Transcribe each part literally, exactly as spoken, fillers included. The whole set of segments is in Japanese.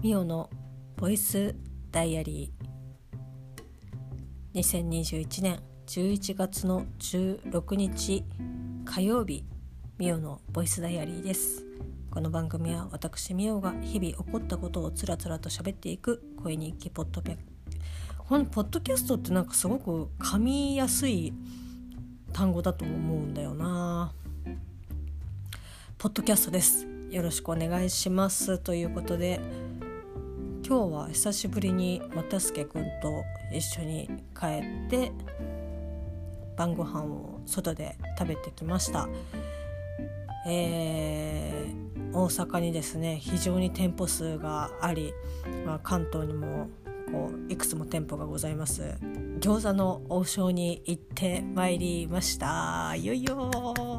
ミオのボイスダイアリー。にせんにじゅういちねんじゅういちがつのじゅうろくにち火曜日、ミオのボイスダイアリーです。この番組は私ミオが日々起こったことをつらつらと喋っていく声日記ポッドキャこのポッドキャストってなんかすごく噛みやすい単語だと思うんだよな。ポッドキャストです。よろしくお願いしますということで、今日は久しぶりに又助くんと一緒に帰って晩ご飯を外で食べてきました。えー、大阪にですね、非常に店舗数があり、まあ、関東にもこういくつも店舗がございます餃子の王将に行ってまいりました。いよいよ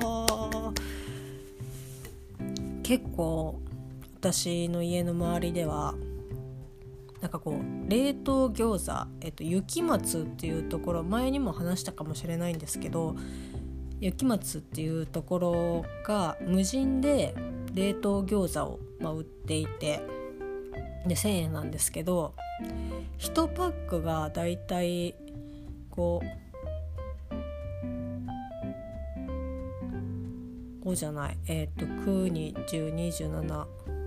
結構私の家の周りではなんかこう冷凍餃子、えっと、雪松っていうところ、前にも話したかもしれないんですけど、雪松っていうところが無人で冷凍餃子を、まあ、売っていて、でせんえんなんですけど、いちパックがだいたいこうごじゃないえっときゅうにじゅうにじゅうなな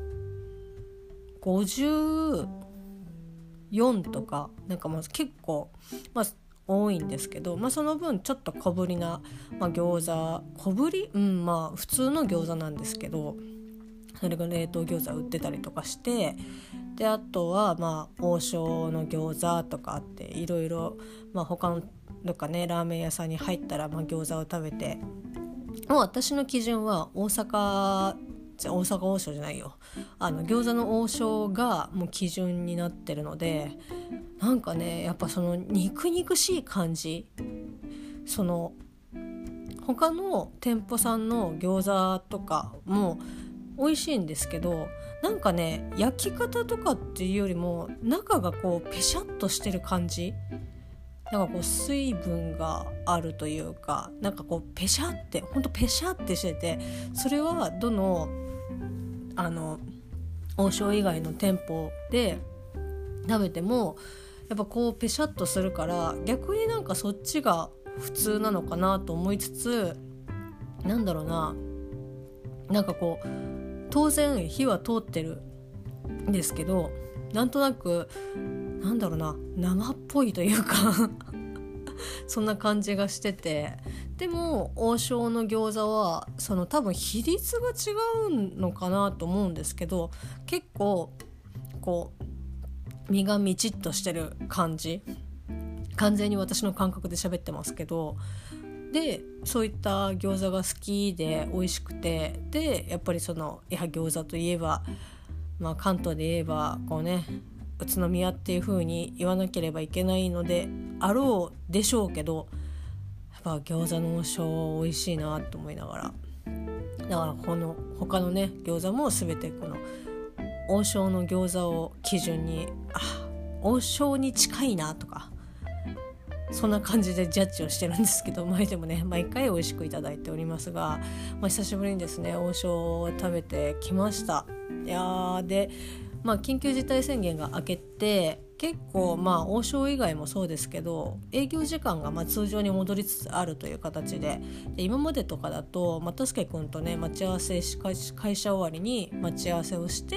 ごじゅうよんとかなんかまあ結構、まあ、多いんですけど、まあ、その分ちょっと小ぶりな、まあ、餃子小ぶりうんまあ普通の餃子なんですけど、それが冷凍餃子売ってたりとかして、であとはまあ王将の餃子とかあって、いろいろまあ他のとかね、ラーメン屋さんに入ったらまあ餃子を食べて、もう私の基準は大阪大阪王将じゃないよあの餃子の王将がもう基準になってるので、なんかねやっぱその肉肉しい感じ、その他の店舗さんの餃子とかも美味しいんですけど、なんかね焼き方とかっていうよりも中がこうペシャッとしてる感じ、なんかこう水分があるというか、なんかこうペシャってほんとペシャってしてて、それはどのあの王将以外の店舗で食べてもやっぱこうペシャッとするから、逆になんかそっちが普通なのかなと思いつつ、なんだろうな、なんかこう当然火は通ってるんですけど、なんとなくなんだろうな、生っぽいというかそんな感じがしてて、でも王将の餃子はその多分比率が違うのかなと思うんですけど、結構こう身がみちっとしてる感じ、完全に私の感覚で喋ってますけど、でそういった餃子が好きで美味しくて、でやっぱりそのいや餃子といえば、まあ、関東で言えばこうね宇都宮っていう風に言わなければいけないのであろうでしょうけど、やっぱ餃子の王将美味しいなと思いながら、だからこの他のね餃子も全てこの王将の餃子を基準に、あ王将に近いなとかそんな感じでジャッジをしてるんですけど、前でもね毎回美味しくいただいておりますが、まあ、久しぶりにですね王将を食べてきました。いやーでまあ、緊急事態宣言が明けて結構まあ王将以外もそうですけど営業時間がまあ通常に戻りつつあるという形 で, で今までとかだと又助くんとね待ち合わせし会社終わりに待ち合わせをして、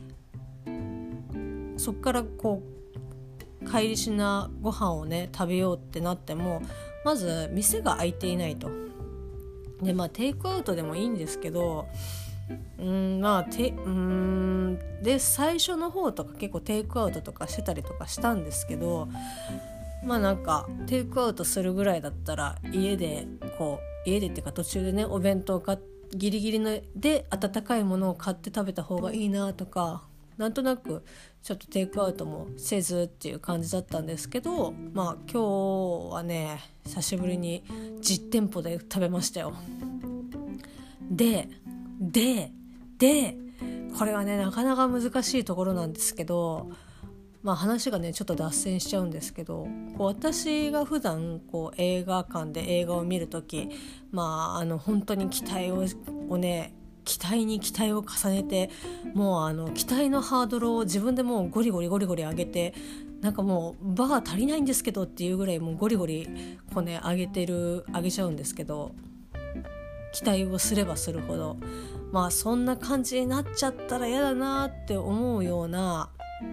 そこからこう帰りしなご飯をね食べようってなってもまず店が開いていないと。でまあテイクアウトでもいいんですけど、うーんまあてうーんで最初の方とか結構テイクアウトとかしてたりとかしたんですけど、まあなんかテイクアウトするぐらいだったら家でこう家でっていうか途中でねお弁当かギリギリので温かいものを買って食べた方がいいなとか、なんとなくちょっとテイクアウトもせずっていう感じだったんですけど、まあ今日はね久しぶりに実店舗で食べましたよ。でででこれはねなかなか難しいところなんですけど、まあ話がねちょっと脱線しちゃうんですけど、こう私が普段こう映画館で映画を見るとき、まああの本当に期待を、をね期待に期待を重ねて、もうあの期待のハードルを自分でもうゴリゴリゴリゴリ上げて、なんかもうバー足りないんですけどっていうぐらいもうゴリゴリこうね上げてる上げちゃうんですけど、期待をすればするほどまあそんな感じになっちゃったら嫌だなって思うような、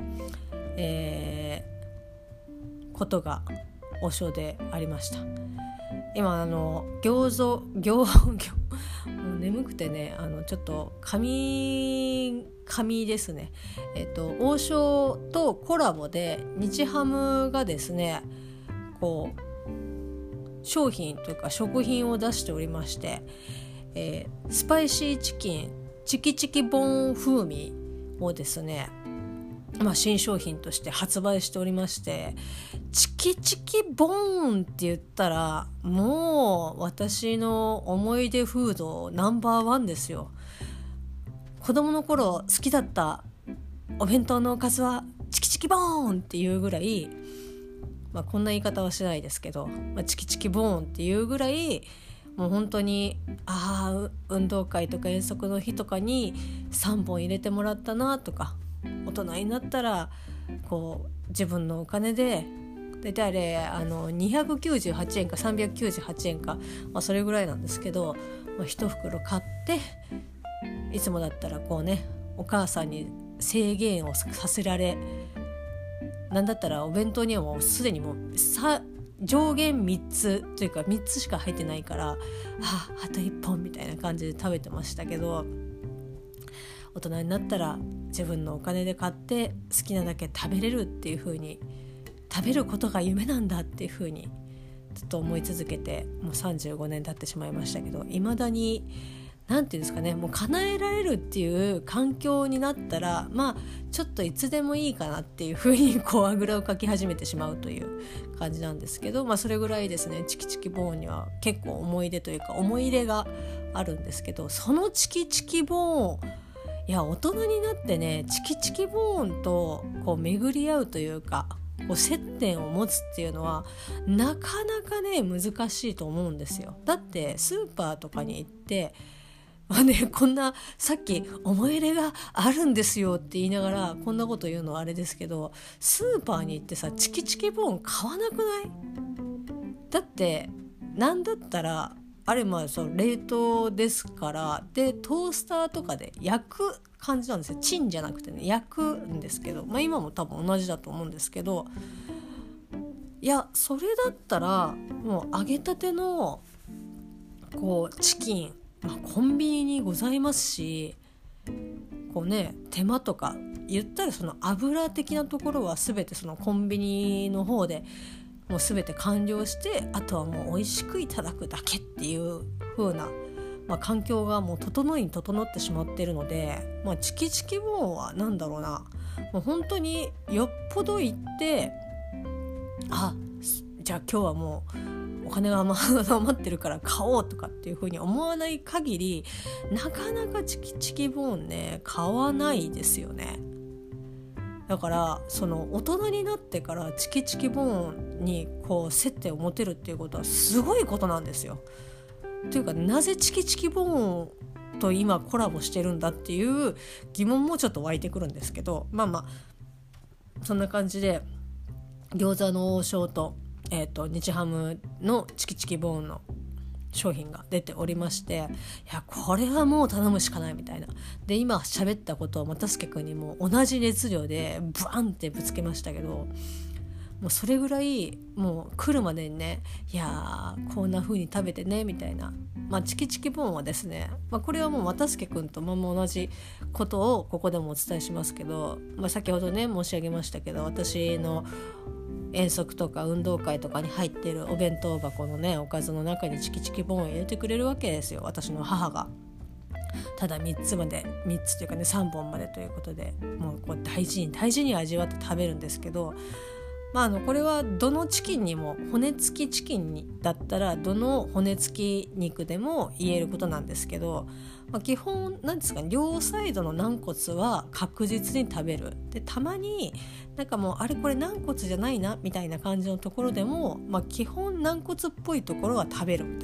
えー、ことがお正でありました。今あの餃子餃子もう眠くてね、あのちょっと紙紙ですね、えっと王将とコラボで日ハムがですねこう商品というか食品を出しておりまして、えー、スパイシーチキンチキチキボーン風味をですね、まあ、新商品として発売しておりまして、チキチキボーンって言ったらもう私の思い出フードナンバーワンですよ。子供の頃好きだったお弁当のおかずはチキチキボーンっていうぐらい、まあ、こんな言い方はしないですけど、まあ、チキチキボーンっていうぐらいもう本当にあ運動会とか遠足の日とかにさんぼん入れてもらったなとか、大人になったらこう自分のお金でだいたいあれあのにひゃくきゅうじゅうはちえんかさんびゃくきゅうじゅうはちえんか、まあ、それぐらいなんですけど、まあ、いち袋買っていつもだったらこうねお母さんに制限をさせられ、なんだったらお弁当にはもうすでにもうさ上限みっつというかみっつしか入ってないから、ああといっぽんみたいな感じで食べてましたけど、大人になったら自分のお金で買って好きなだけ食べれるっていう風に、食べることが夢なんだっていう風にずっと思い続けて、もうさんじゅうごねん経ってしまいましたけど、未だになんていうんですかね、もう叶えられるっていう環境になったら、まあちょっといつでもいいかなっていう風にこうあぐらをかき始めてしまうという感じなんですけど、まあそれぐらいですね、チキチキボーンには結構思い出というか思い入れがあるんですけど、そのチキチキボーン、いや大人になってねチキチキボーンとこう巡り合うというか、こう接点を持つっていうのはなかなかね難しいと思うんですよ。だってスーパーとかに行ってまあね、こんなさっき思い入れがあるんですよって言いながらこんなこと言うのはあれですけど、スーパーに行ってさチキチキボーン買わなくない？だってなんだったらあれまあそう冷凍ですから、でトースターとかで焼く感じなんですよ。チンじゃなくてね焼くんですけど、まあ今も多分同じだと思うんですけど、いやそれだったらもう揚げたてのこうチキン、まあ、コンビニにございますし、こうね手間とか言ったらその油的なところは全てそのコンビニの方でもう全て完了して、あとはもう美味しくいただくだけっていう風な、まあ、環境がもう整いに整ってしまっているので、まあ、チキチキボーンはなんだろうな、もう本当によっぽど行って、あじゃあ今日はもうお金が余ってるから買おうとかっていう風に思わない限り、なかなかチキチキボーンね買わないですよね。だからその大人になってからチキチキボーンにこう接点を持てるっていうことはすごいことなんですよ。というかなぜチキチキボーンと今コラボしてるんだっていう疑問もちょっと湧いてくるんですけど、まあまあそんな感じで餃子の王将と、えーと、日ハムのチキチキボーンの商品が出ておりまして、いやこれはもう頼むしかないみたいな。で今喋ったことを又助君にも同じ熱量でブワンってぶつけましたけど、もうそれぐらいもう来るまでにね、いやこんな風に食べてねみたいな、まあチキチキボーンはですね、まあ、これはもう又助君とまま同じことをここでもお伝えしますけど、まあ、先ほどね申し上げましたけど、私の遠足とか運動会とかに入っているお弁当箱のねおかずの中にチキチキボーンを入れてくれるわけですよ、私の母が。ただみっつまでみっつというかねさんぼんまでということで、もうこう大事に大事に味わって食べるんですけど、まあ、あのこれはどのチキンにも骨付きチキンにだったらどの骨付き肉でも言えることなんですけど、まあ、基本なんですかね、両サイドの軟骨は確実に食べる。でたまになんかもうあれこれ軟骨じゃないなみたいな感じのところでも、まあ、基本軟骨っぽいところは食べるみたいな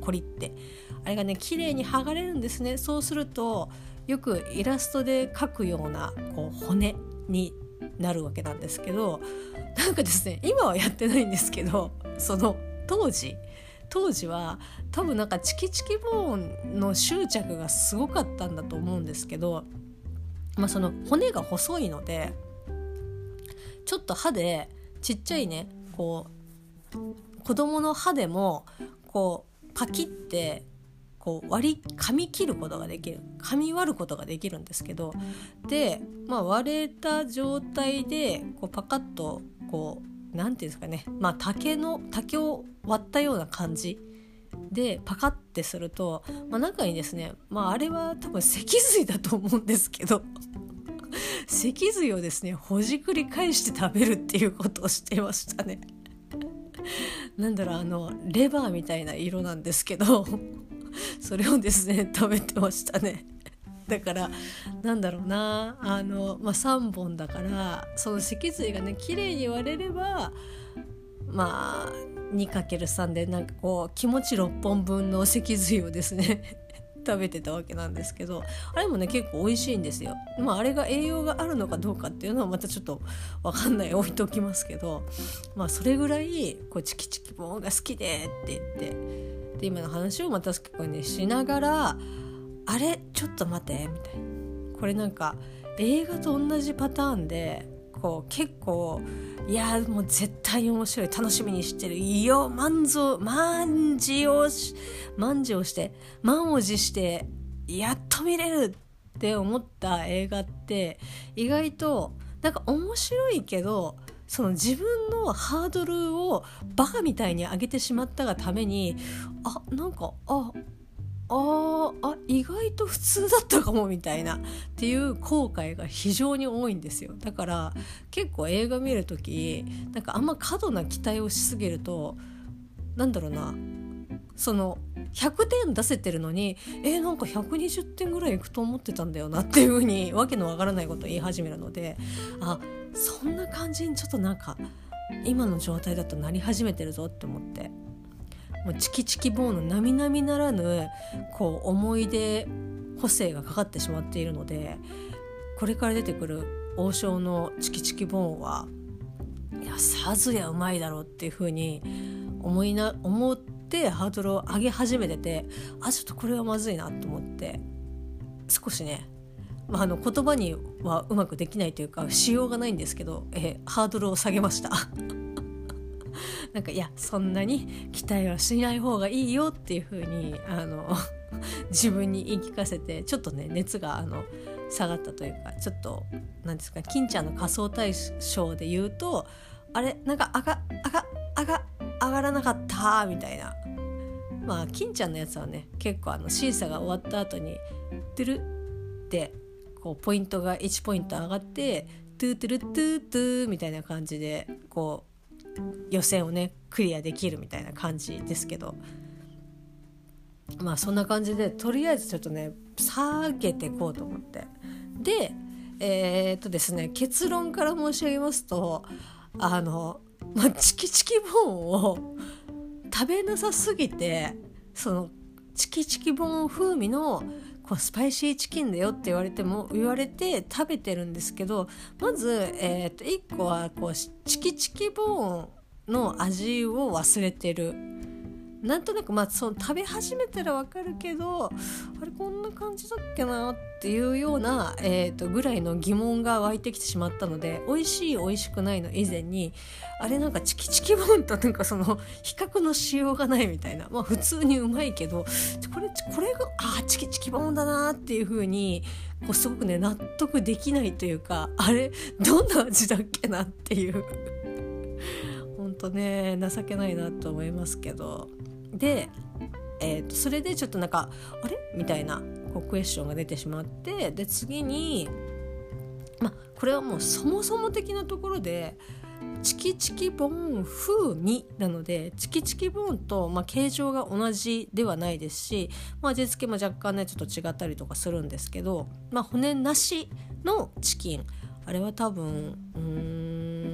コリってあれがね綺麗に剥がれるんですね。そうするとよくイラストで描くようなこう骨になるわけなんですけど、なんかですね今はやってないんですけど、その当時当時は多分なんかチキチキボーンの執着がすごかったんだと思うんですけど、まあ、その骨が細いのでちょっと歯でちっちゃいねこう子供の歯でもこうパキってこう割り噛み切ることができる噛み割ることができるんですけど、で、まあ、割れた状態でこうパカッとこうなんていうんですかね、まあ、竹の竹を割ったような感じでパカッてすると、まあ、中にですね、まあ、あれは多分脊髄だと思うんですけど脊髄をですねほじくり返して食べるっていうことをしていましたね。なんだろうあのレバーみたいな色なんですけどそれをですね食べてましたね。だからなんだろうなあの、まあ、さんぼんだからその脊髄がね綺麗に割れればまあ にかけるさん でなんかこう気持ちろっぽんぶんの脊髄をですね食べてたわけなんですけど、あれもね結構美味しいんですよ。まああれが栄養があるのかどうかっていうのはまたちょっと分かんない置いときますけど、まあそれぐらいこうチキチキボーンが好きでって言ってで今の話をまた結構ねしながらあれちょっと待てみたいな、これなんか映画と同じパターンでこう結構いやもう絶対に面白い楽しみにしてるいいよ満足満持をし満持をして満を持してやっと見れるって思った映画って意外となんか面白いけどその自分のハードルをバカみたいに上げてしまったがためにあなんかあああ意外と普通だったかもみたいなっていう後悔が非常に多いんですよ。だから結構映画見るときなんかあんま過度な期待をしすぎるとなんだろうなそのひゃくてん出せてるのにえー、なんかひゃくにじゅってんぐらいいくと思ってたんだよなっていう風にわけのわからないことを言い始めるので、あそんな感じにちょっとなんか今の状態だとなり始めてるぞって思って、もうチキチキボーンの並々ならぬこう思い出補正がかかってしまっているので、これから出てくる王将のチキチキボーンはいやさぞやうまいだろうっていう風に思いな思ってハードルを上げ始めてて、あちょっとこれはまずいなと思って少しね、まあ、あの言葉にはうまくできないというかしようがないんですけど、えー、ハードルを下げましたなんかいやそんなに期待はしない方がいいよっていう風にあの自分に言い聞かせてちょっとね熱があの下がったというか、ちょっとなんですか金ちゃんの仮装大賞で言うとあれなんか上が上が上が上がらなかったみたいな、まあ金ちゃんのやつはね結構あの審査が終わった後にトゥルってこうポイントがいちポイント上がってトゥトゥルトゥトゥみたいな感じでこう予選をねクリアできるみたいな感じですけど、まあそんな感じでとりあえずちょっとね下げていこうと思って、でえー、っとですね結論から申し上げますとあの、まあ、チキチキボーンを食べなさすぎてそのチキチキボーン風味のこうスパイシーチキンだよって言われても言われて食べてるんですけど、まず、えー、といっこはこうチキチキボーンの味を忘れてる。なんとなく、まあ、その食べ始めたらわかるけどあれこんな感じだっけなっていうような、えー、とぐらいの疑問が湧いてきてしまったので、美味しい美味しくないの以前にあれなんかチキチキボーンとなんかその比較のしようがないみたいな、まあ普通にうまいけどこれこれがあチキチキボーンだなっていう風にこうすごくね納得できないというか、あれどんな味だっけなっていう本当ね情けないなと思いますけど、で、えー、とそれでちょっとなんかあれみたいなこうクエスチョンが出てしまって、で次にまあこれはもうそもそも的なところでチキチキボーン風味なのでチキチキボーンと、まあ、形状が同じではないですし、まあ、味付けも若干ねちょっと違ったりとかするんですけど、まあ、骨なしのチキンあれは多分うーん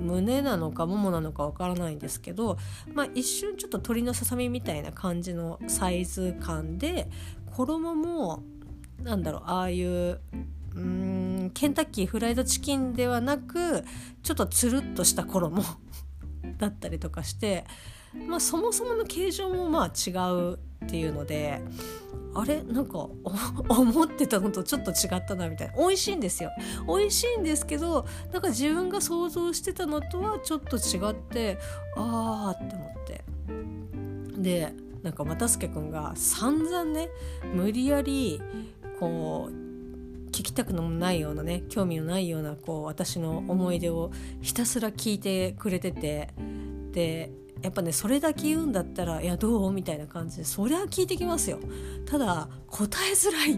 胸なのかももなのかわからないんですけど、まあ、一瞬ちょっと鳥のささみみたいな感じのサイズ感で、衣もなんだろう、ああいううーんケンタッキーフライドチキンではなくちょっとつるっとした衣だったりとかして、まあ、そもそもの形状もまあ違うっていうので、あれなんか思ってたのとちょっと違ったなみたいな。美味しいんですよ、美味しいんですけど、なんか自分が想像してたのとはちょっと違って、あーって思って、でなんか又助くんが散々ね無理やりこう聞きたくもないようなね、興味のないようなこう私の思い出をひたすら聞いてくれてて、でやっぱねそれだけ言うんだったらいやどうみたいな感じでそりゃ聞いてきますよ。ただ答えづらい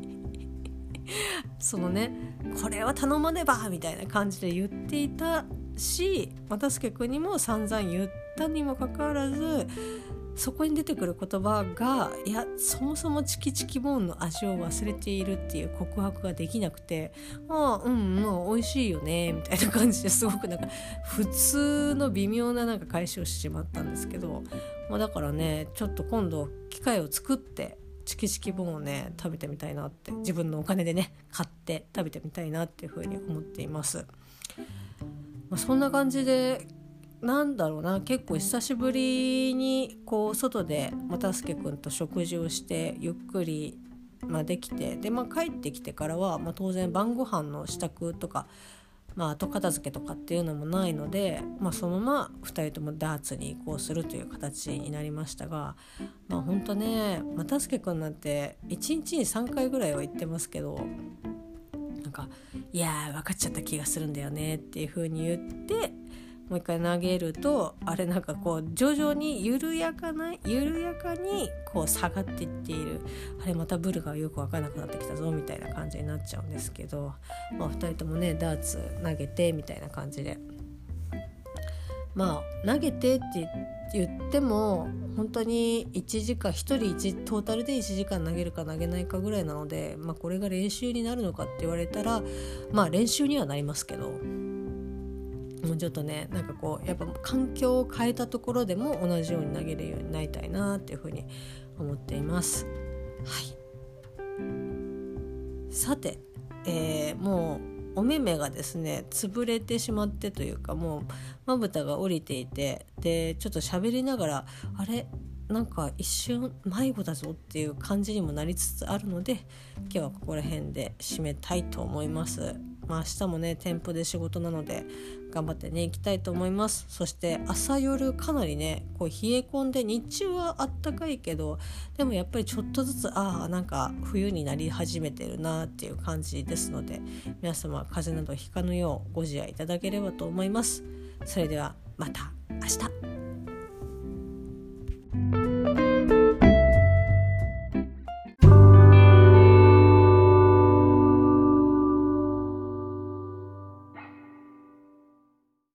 そのねこれは頼まねばみたいな感じで言っていたし、又助くんにも散々言ったにもかかわらず、そこに出てくる言葉がいやそもそもチキチキボーンの味を忘れているっていう告白ができなくて、ああうんもう美味しいよねみたいな感じですごくなんか普通の微妙ななんか返しをしてしまったんですけど、まあ、だからねちょっと今度機会を作ってチキチキボーンをね食べてみたいなって、自分のお金でね買って食べてみたいなっていうふうに思っています。まあ、そんな感じでなんだろうな、結構久しぶりにこう外で又助くんと食事をしてゆっくり、まあ、できて、で、まあ、帰ってきてからは、まあ、当然晩ご飯の支度とか、まあ、後片付けとかっていうのもないので、まあ、そのままふたりともダーツに移行するという形になりましたが、まあ本当ね又助くんなんていちにちにさんかいぐらいは行ってますけど、なんかいやー分かっちゃった気がするんだよねっていう風に言ってもう一回投げると、あれなんかこう徐々に緩やかな緩やかにこう下がっていっている、あれまたブルがよく分からなくなってきたぞみたいな感じになっちゃうんですけど、まあ、ふたりともねダーツ投げてみたいな感じで、まあ投げてって言っても本当にいちじかんひとりいちトータルでいちじかん投げるか投げないかぐらいなので、まあ、これが練習になるのかって言われたらまあ練習にはなりますけど、もうちょっとねなんかこうやっぱ環境を変えたところでも同じように投げるようになりたいなっていうふうに思っています。はい。さて、えー、もうお目目がですね潰れてしまってというか、もうまぶたが下りていて、でちょっと喋りながらあれなんか一瞬迷子だぞっていう感じにもなりつつあるので、今日はここら辺で締めたいと思います。まあ、明日もね店舗で仕事なので頑張ってね行きたいと思います。そして朝夜かなりねこう冷え込んで、日中はあったかいけどでもやっぱりちょっとずつああなんか冬になり始めてるなっていう感じですので、皆様風邪などひかぬようご自愛いただければと思います。それではまた明日。